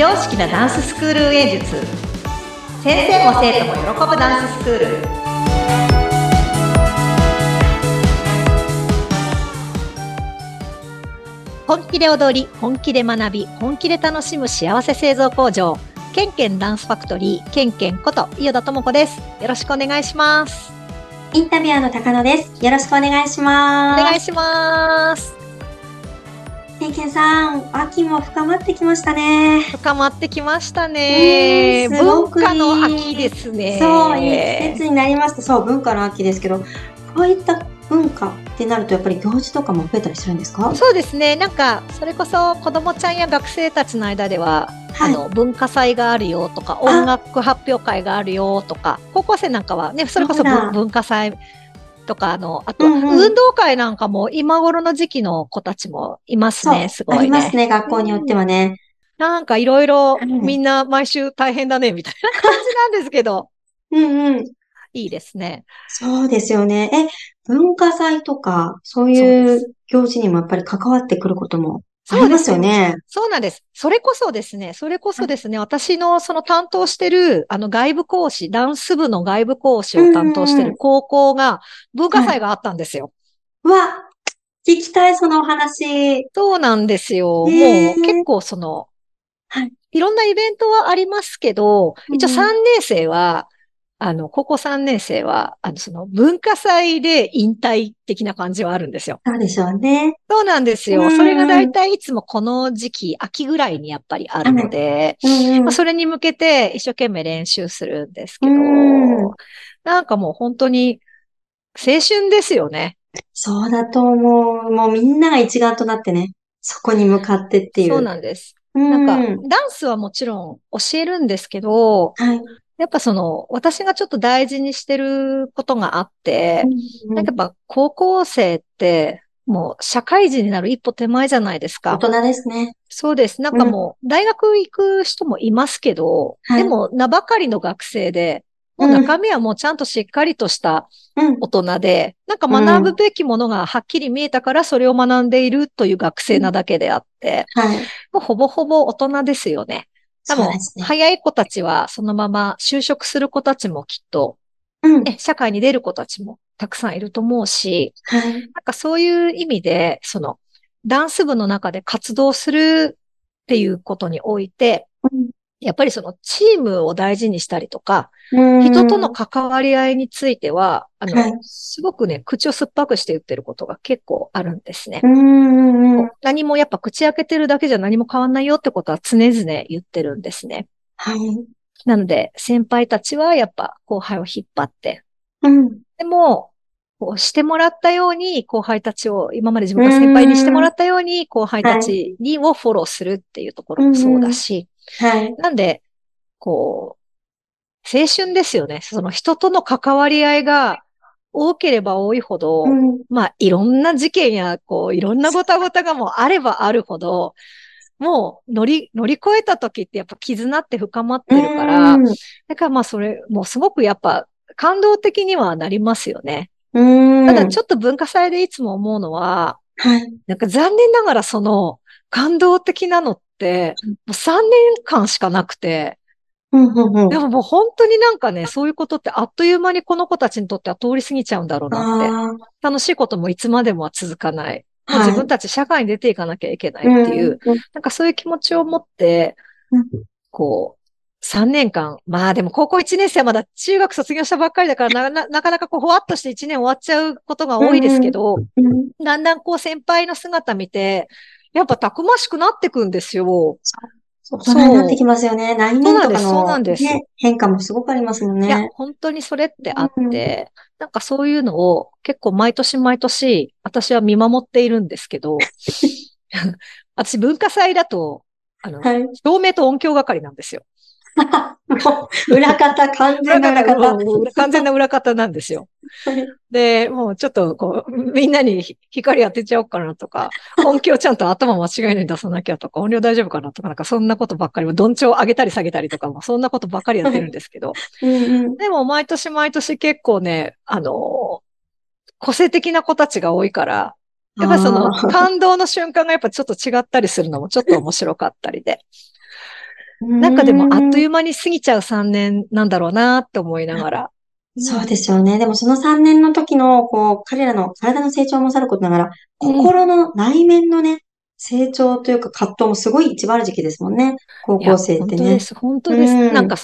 常識なダンススクール運営術。先生も生徒も喜ぶダンススクール。本気で踊り、本気で学び、本気で楽しむ幸せ製造工場、ケンケンダンスファクトリー、ケンケンこと伊予田智子です。よろしくお願いします。 インタビュアーの高野です。よろしくお願いします。 お願いします。 ケンケンさん、秋も深まってきましたね。 深まってきましたね。文化の秋ですね。 そう、いい季節になりました。そう、文化の秋ですけど、こういった文化ってなるとやっぱり行事とかも増えたりするんですか？ そうですね。なんかそれこそ子どもちゃんや学生たちの間では、文化祭があるよとか、音楽発表会があるよとか、高校生なんかはね、それこそ文化祭とか、あと、運動会なんかも今頃の時期の子たちもいますね。すごいね。 ありますね、学校によってはね。 なんかいろいろみんな毎週大変だね、みたいな感じなんですけど。いいですね。 そうですよね。文化祭とか、そういう行事にもやっぱり関わってくることもありますよね。 そうなんです。それこそですね、私のその担当してる、外部講師、ダンス部の外部講師を担当してる高校が、文化祭があったんですよ。 聞きたい、そのお話。 そうなんですよ。もう結構いろんなイベントはありますけど、一応3年生は、高校3年生は、文化祭で引退的な感じはあるんですよ。 そうでしょうね。 そうなんですよ。それが大体いつもこの時期、秋ぐらいにやっぱりあるので、それに向けて一生懸命練習するんですけど、なんかもう本当に青春ですよね。 そうだと思う。もうみんなが一丸となってね、そこに向かってっていう。 そうなんです。なんか、ダンスはもちろん教えるんですけど、やっぱ私がちょっと大事にしてることがあって、なんかやっぱ高校生って、もう社会人になる一歩手前じゃないですか。 大人ですね。 そうです。なんかもう、大学行く人もいますけど、でも名ばかりの学生で、もう中身はもうちゃんとしっかりとした大人で、なんか学ぶべきものがはっきり見えたからそれを学んでいるという学生なだけであって、もうほぼほぼ大人ですよね。でも、早い子たちはそのまま就職する子たちもきっと、社会に出る子たちもたくさんいると思うし、なんかそういう意味で、ダンス部の中で活動するっていうことにおいて、やっぱりチームを大事にしたりとか、人との関わり合いについては、すごくね、口を酸っぱくして言ってることが結構あるんですね。何もやっぱ口開けてるだけじゃ何も変わんないよってことは常々言ってるんですね。なので、先輩たちはやっぱ後輩を引っ張って、でも、こうしてもらったように後輩たちを、今まで自分が先輩にしてもらったように後輩たちをフォローするっていうところもそうだし、なんで、こう、青春ですよね。その人との関わり合いが多ければ多いほど、まあ、いろんな事件や、いろんなごたごたがもうあればあるほど、もう乗り越えた時ってやっぱ絆って深まってるから、だからまあそれ、もうすごくやっぱ感動的にはなりますよね。ただちょっと文化祭でいつも思うのは、なんか残念ながら感動的なのって、もう3年間しかなくて、でももう本当になんかね、そういうことってあっという間にこの子たちにとっては通り過ぎちゃうんだろうなって。楽しいこともいつまでもは続かない。もう自分たち社会に出ていかなきゃいけないっていう、なんかそういう気持ちを持って、3年間。まあでも高校1年生はまだ中学卒業したばっかりだからなかなかほわっとして1年終わっちゃうことが多いですけど、だんだん先輩の姿見て、やっぱたくましくなってくんですよ。 大人になってきますよね。内面とかの、変化もすごくありますもんね。 いや、本当にそれってあって、なんかそういうのを結構毎年毎年私は見守っているんですけど、私文化祭だと、照明と音響係なんですよ。 もう、裏方、完全な裏方。 完全な裏方なんですよ。で、もうちょっとみんなに光当てちゃおうかなとか、音響ちゃんと頭間違いないに出さなきゃとか、音量大丈夫かなとか、なんかそんなことばっかり、どんちょう上げたり下げたりとかも、そんなことばっかりやってるんですけど。でも毎年毎年結構ね、個性的な子たちが多いから、やっぱり感動の瞬間がやっぱちょっと違ったりするのもちょっと面白かったりで。 なんかでもあっという間に過ぎちゃう3年なんだろうなって思いながら。 そうですよね。でもその3年の時の、彼らの体の成長もさることながら、 うん。 心の内面のね、成長というか葛藤もすごい一番ある時期ですもんね。高校いや、 生ってね。 本当です。本当です。なんうん。 か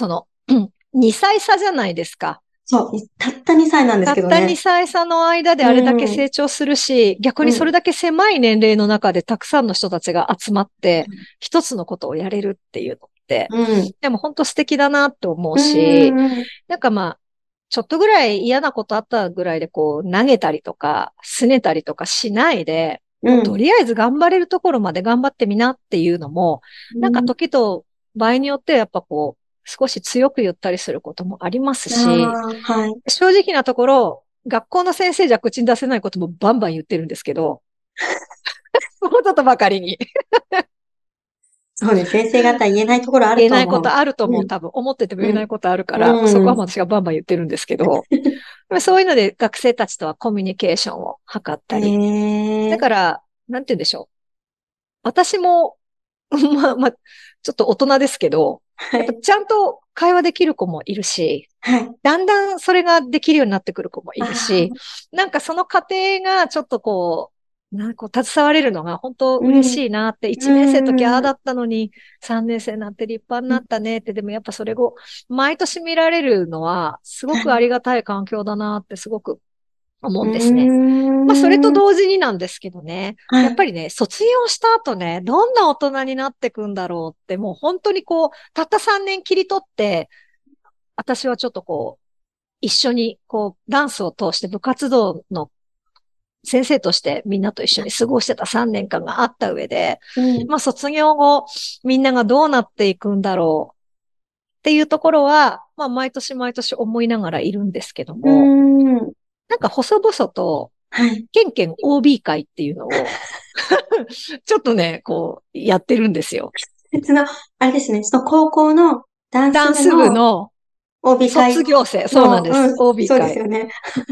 2歳差じゃないですか。 そう、たった2歳なんでたったすけどね。 2歳差の間でうあれだけん。 成長するし、逆にそれうん。 だけ狭い年齢の中でたくさんの人たちが集まって、一つのことをやれるっていうのって、 うん。 でも本当素敵だなって思ううし、 ん。 なんかちょっとぐらい嫌なことあったぐらいで投げたりとか、拗ねたりとかしないで、もうとうん。 りあえず頑張れるところまで頑張ってみなっていうのも、なんかうん。 時と場合によってはやっぱ少し強く言ったりすることもありますあし、 あ、はい。 正直なところ、学校の先生じゃ口に出せないこともバンバン言ってるんですけど、そのことばかりにそうね。先生方言えないところある言えないこと思う。 とあると思う。 うん。 多分思ってても言えないうん。 ことあるから、そこうん。 は私がバンバン言ってるんですけど、そういうので学生たちとはコミュニケーションを図ったり。だええ、 から、なんて言うんでしょう。私も、ちょっと大人ですけど、 はい。 やっぱちゃんと会話できる子もいるし、 はい。 だんだんそれができるようになってくる子もいるし、 ああ、 なんかその過程がちょっと携われるのが本当うん。 嬉しいなって、 う 1年生の時ああん。 だったのに、3年生になって立派にうん。 なったねって、でもやっぱそれを毎年見られるのは、すごはい。 くありがたい環境だなってすごく思ううんですね。それとーん。 同時になんですけどね、 はい。 やっぱりね、卒業した後ね、どんな大人になっていくんだろうって、もう本当にたった3年切り取って、私はちょっと一緒にダンスを通して部活動の先生としてみんなと一緒に過ごしてた3年間があった上で、 うん。 卒業後、みんながどうなっていくんだろうっていうところは、毎年毎年思いながらいるんですけどうーも、 ん。 なんか細々と、 はい。 ケンケン OB 会っていうのをちょっとね、やってるんですよ。 あれですね。その高校のダンスダンス部部のの OB 会卒業生、そうなんの、 です。OB そうです会。 よね。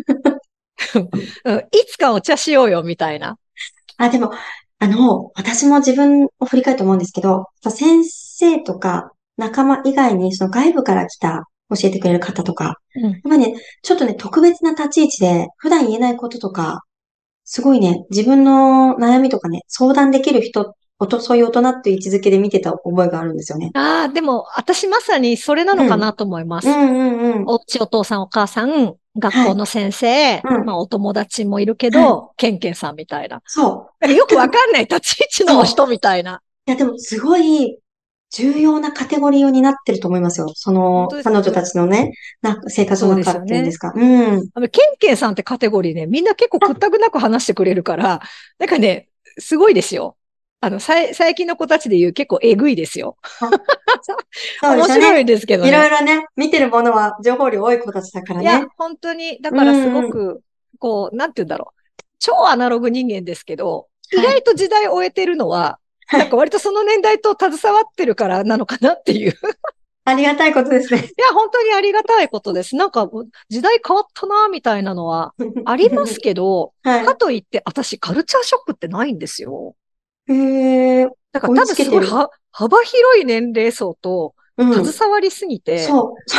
いつかお茶しようよ、みたいな。 あ、でも、私も自分を振り返って思うんですけど、先生とか仲間以外にその外部から来た教えてくれる方とか、 うん。 やっぱりね、ちょっとね、特別な立ち位置で普段言えないこととか、すごいね、自分の悩みとかね、相談できる人、そういう大人っていう位置づけで見てた覚えがあるんですよね。 ああ、でも、私まさにそれなのうん。 かなと思いまうんす。 うんうん。 お父さんお母さん、学はい。 校の先生、 うん。 お友達もいるけはい。 ど、ケンケンさんみたいな。 そう。 よくでも、 わかんない立ち位置のそう。 人みたいな。 いや、でも、すごい重要なカテゴリーになってると思いますよ。その、 本当です。 彼女たちのね、生活そうでの中っすよね。 ていうんですか。うん。 ケンケンさんってカテゴリーね、みんな結構あ、 屈託なく話してくれるから、なんかね、すごいですよ。最近の子たちで言う結構えぐいですよ。 あ、そうですよね。 面白いですけどいろいね。 ろね、見てるものは情報量多い子たちだからいや、 ね。 本当に、だうからすごんうん。 く、なんて言うんだろう。超アナログ人間ですけど、意はい。 外と時代を終えてるのは、 はい。 なんか割とその年代と携わってるからなのかなっていう。いありがたいことですね。 や、本当にありがたいことです。なんか時代変わったな、みたいなのはありますけど、かはといって私カルチャーショックってないんですよ。 い。へえ、 だから追い多分すごいつけてる。 幅広い年齢層とうん。 携わりすぎて、 そう。そう。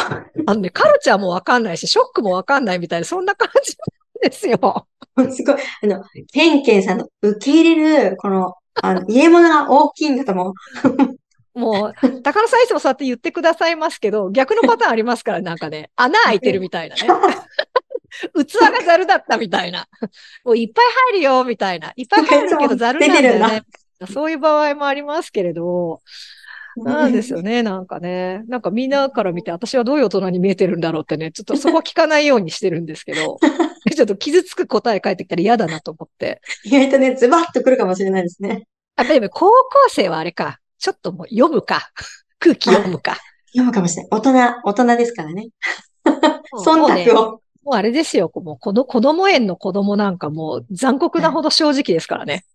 カルチャーもわかんないし、ショックもわかんないみたいな、そんな感じなんですよ。 すごい。ケンケンさんの受け入れる、入れ物が大きいんだと思う。 もう、高野さんいつもそうやって言ってくださいますけど、逆のパターンありますから、なんかね、穴開いてるみたいなね。器がザルだったみたいな。もういっぱい入るよ、みたいな。いっぱいなんかい入るけどつもザル出てるんだ。 なんだよね。そういう場合もありますけれど、なんですよね、なんかね。なんかみんなから見て私はどういう大人に見えてるんだろうってね、ちょっとそこは聞かないようにしてるんですけど、ちょっと傷つく答え返ってきたら嫌だなと思って。 意外とね、ズバッとくるかもしれないですね。 あ、でも高校生はあれか。ちょっともう読むか。空気あ、 読むか。 読むかもしれない。大人ですからね。忖もうね、 度を。 もうあれですよ。もう子供園の子供なんかもう残酷なほど正直ですからね。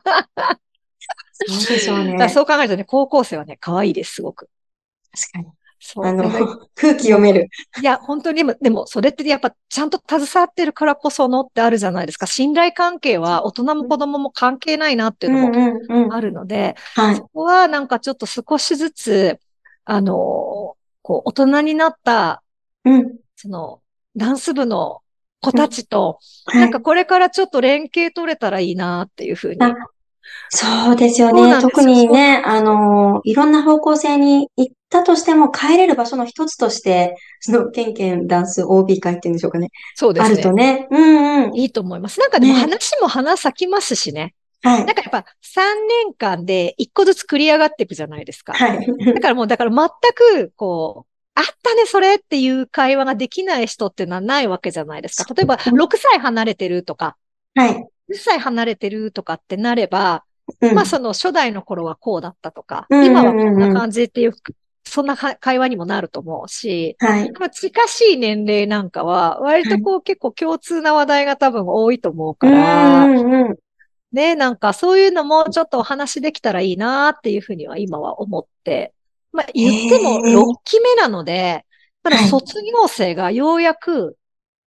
そうでしょうだからね。 そう考えるとね、高校生はね、可愛いです、すごく。 確かに。 そう。 空気読めもう、 る。 いや、本当に、でも、それってやっぱちゃんと携わってるからこそのってあるじゃないですか。信頼関係は大人も子供も関係ないなっていうのもうんうんうん。 あるので、 はい。 そこはなんかちょっと少しずつ、大人になった、 うん。 その、ダンス部の子うん。 たちと、なんかはい。 これからちょっと連携取れたらいいなっていうふうあ、 に。 そうですよね。特そうなんですよ、そうなんにね、 ですよ。 いろんな方向性に行ったとしても帰れる場所の一つとして、そのケンケンダンス OB 会っていうんでしょうかね。あそうですね。 るとね。うんうん。 いいと思います。なんかでもね。 話も花咲きますしね。 はい。 なんかやっぱ3年間で1個ずつ繰り上がっていくじゃないですか。 はい。 だから全く、あったね、それっていう会話ができない人っていうのはないわけじゃないですか。例えば、 うん 6歳離れてるとか、 はい。 10歳離れてるとかってなれば、まあうん。 その初代の頃はこうだったとか、 うんう今はこんなんうんうん。 感じっていう、そんな会話にもなると思うし、 はい。 近しい年齢なんかは、割はい。 と結構共通な話題が多分多いと思ううから、 んうんうん。 ね、なんかそういうのもちょっとお話できたらいいなっていうふうには今は思って、まあへ言っても6 え。 期目なので、まだはい。 卒業生がようやく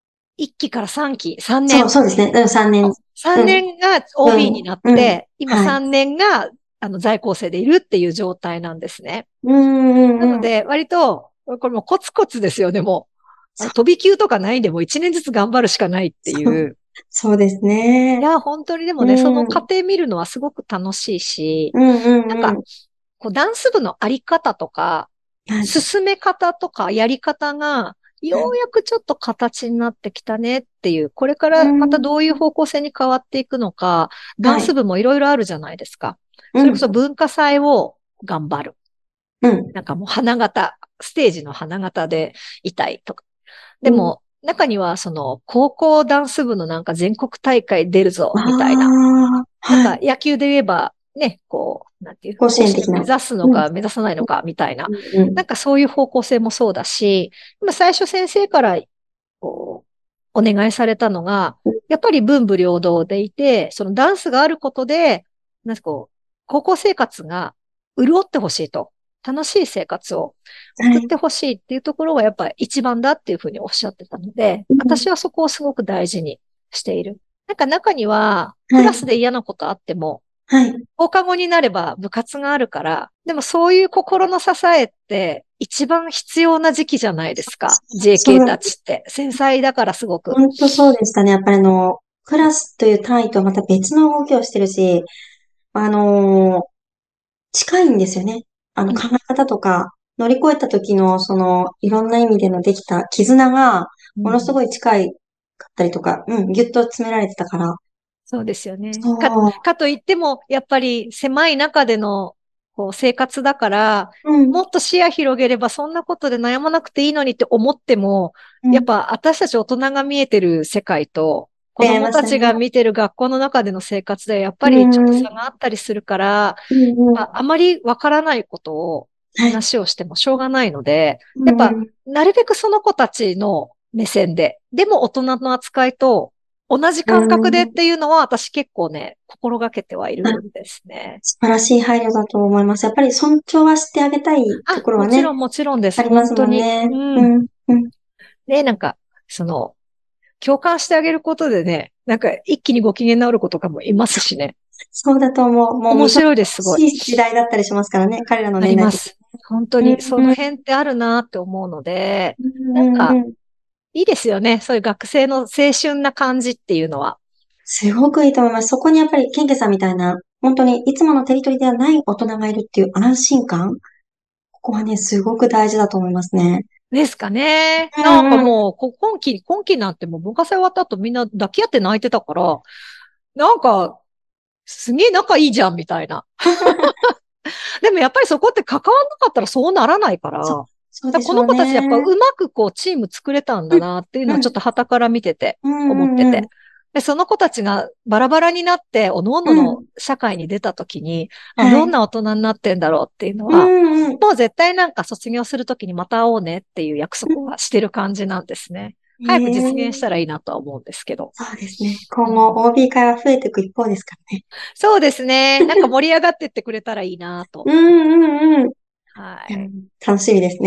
1期から3期、3 そう、 年、 そうですね。うん、3年。 3 うん。 年がう OB にん。 なっうん。 て、今はい。 3年が在校生でいるっていう状態なんですね。 うんうんうん。 なので、割と、これもコツコツですよね、もう。 そう、 飛び級とかないんで、もう1年ずつ頑張るしかないってそう、 いう。 そうですね。 いや、本当にでもうね、そん。うんの過程見るのはすごく楽しいし、 うんなんか、 うん。 ダンス部のあり方とか、 はい。 進め方とかやり方が、ようやくちょっと形になってきたねっていう、これかうらまたん。 どういう方向性に変わっていくのか、ダンはい。 ス部もいろいろあるじゃないですか。 うん。 それこそ文化祭を頑張る。 うん。 なんかもう花形、ステージの花形でいたいとか。でうん。 も、中にはその高校ダンス部のなんか全国大会出るぞ、 あみたいな。 あ、 なんはい。 か野球で言えば、ね、なんていう、 甲子甲子園園的な。 目指すのうん。 か目指さないのかみたいな。 うん。 なんかそういう方向性もそうだし、まあ最初先生からこお願いされたのが、 うん。 やっぱり文武両道でいて、そのダンスがあることで、なんか高校生活が潤ってほしいと。楽しい生活をはい。 送ってほしいっていうところがやっぱり一番だっていうふうにおっしゃってたので、 うん。 私はそこをすごく大事にしている。なんか中には、クはい。 ラスで嫌なことあっても、 はい。 放課後になれば部活があるから、でもそういう心の支えって一番必要な時期じゃないですか。 そ JK たう、 ちって。繊細だからすごく。 本当そうでしたね。やっぱりクラスという単位とはまた別の動きをしてるし、あの近いんですよね。 うん。 考え方とか、乗り越えた時の、いろんな意味でのできた絆が、 うん。 ものすごい近いかったりとか、うん、ぎゅっと詰められてたから、 そうですよね。 そう、 かといっても、やっぱり狭い中での生活だから、 うん、 もっと視野広げればそんなことで悩まなくていいのにって思っても、 うん、 やっぱ私たち大人が見えてる世界と、子出会い供たちましたね。 が見てる学校の中での生活でやっぱうりちょっとん、うん、 差があったりするから、 うん、 あまりわからないことをはい、 話をしてもしょうがないので、 うん、 やっぱうん、 なるべくその子たちの目線で、でも大人の扱いと同じう感覚でっん、 ていうのは私結構ね、心がけてはいあ、 るんですね。 素晴らしい配慮だと思います。やっぱり尊重はしてあげたいとあ、 ころはね、 もちろんもちろんです。 ありますもん本当に。 ね。 うん。 うん、うん、 ね、なんか、その、共感してあげることでね、なんか一気にご機嫌直る子とかもいますしね。 そうだと思う。もう認めて面白いです、すごい。 ほしい時代だったりしますからね、彼らのあ年代的ります。本当に。 に、そのうん、 辺ってあるなって思うので、 うん、うん、 なんか、 うん。 いいですよね。そういう学生の青春な感じっていうのは。 すごくいいと思います。そこにやっぱり、ケンケさんみたいな、本当にいつものテリトリではない大人がいるっていう安心感、ここはね、すごく大事だと思いますね。 ですかね。 うなんかんうん。 もう、今期なんてもう文化祭終わった後みんな抱き合って泣いてたから、なんか、すげえ仲いいじゃんみたいな。でもやっぱりそこって関わんなかったらそうならないから、 そう、そうだからこのでしょう子たちやっぱうね。 まくチーム作れたんうん、 だなっていうのはちょっうん、 と傍から見ててうん、うん、 思ってて。で、その子たちがバラバラになって、各々のうん。 社会に出た時に、あ、 はい。 どんな大人になってんだろうっていうのうは、 ん、うん。 もう絶対なんか卒業するときにまた会おうねっていう約束はしてる感じなんですね。早く実現したらええ、 いいなとは思うんですけど。 そうですね。今後、 うん、 OB 会は増えていく一方ですからね。 そうですね。なんか盛り上がってってくれたらいいなと。 うん、うん、うん。いや、 はい。 楽しみですね。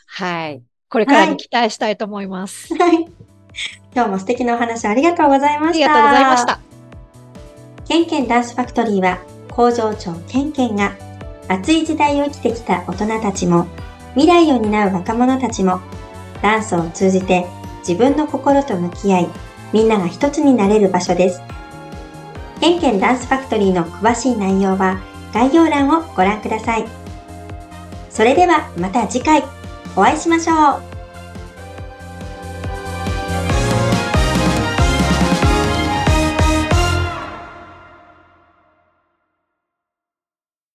はい。これからに期待したいと思います。 はい。今日も素敵なお話ありがとうございました。 ありがとうございました。 ケンケンダンスファクトリーは工場長ケンケンが熱い時代を生きてきた大人たちも未来を担う若者たちもダンスを通じて自分の心と向き合いみんなが一つになれる場所です。ケンケンダンスファクトリーの詳しい内容は概要欄をご覧ください。それではまた次回お会いしましょう。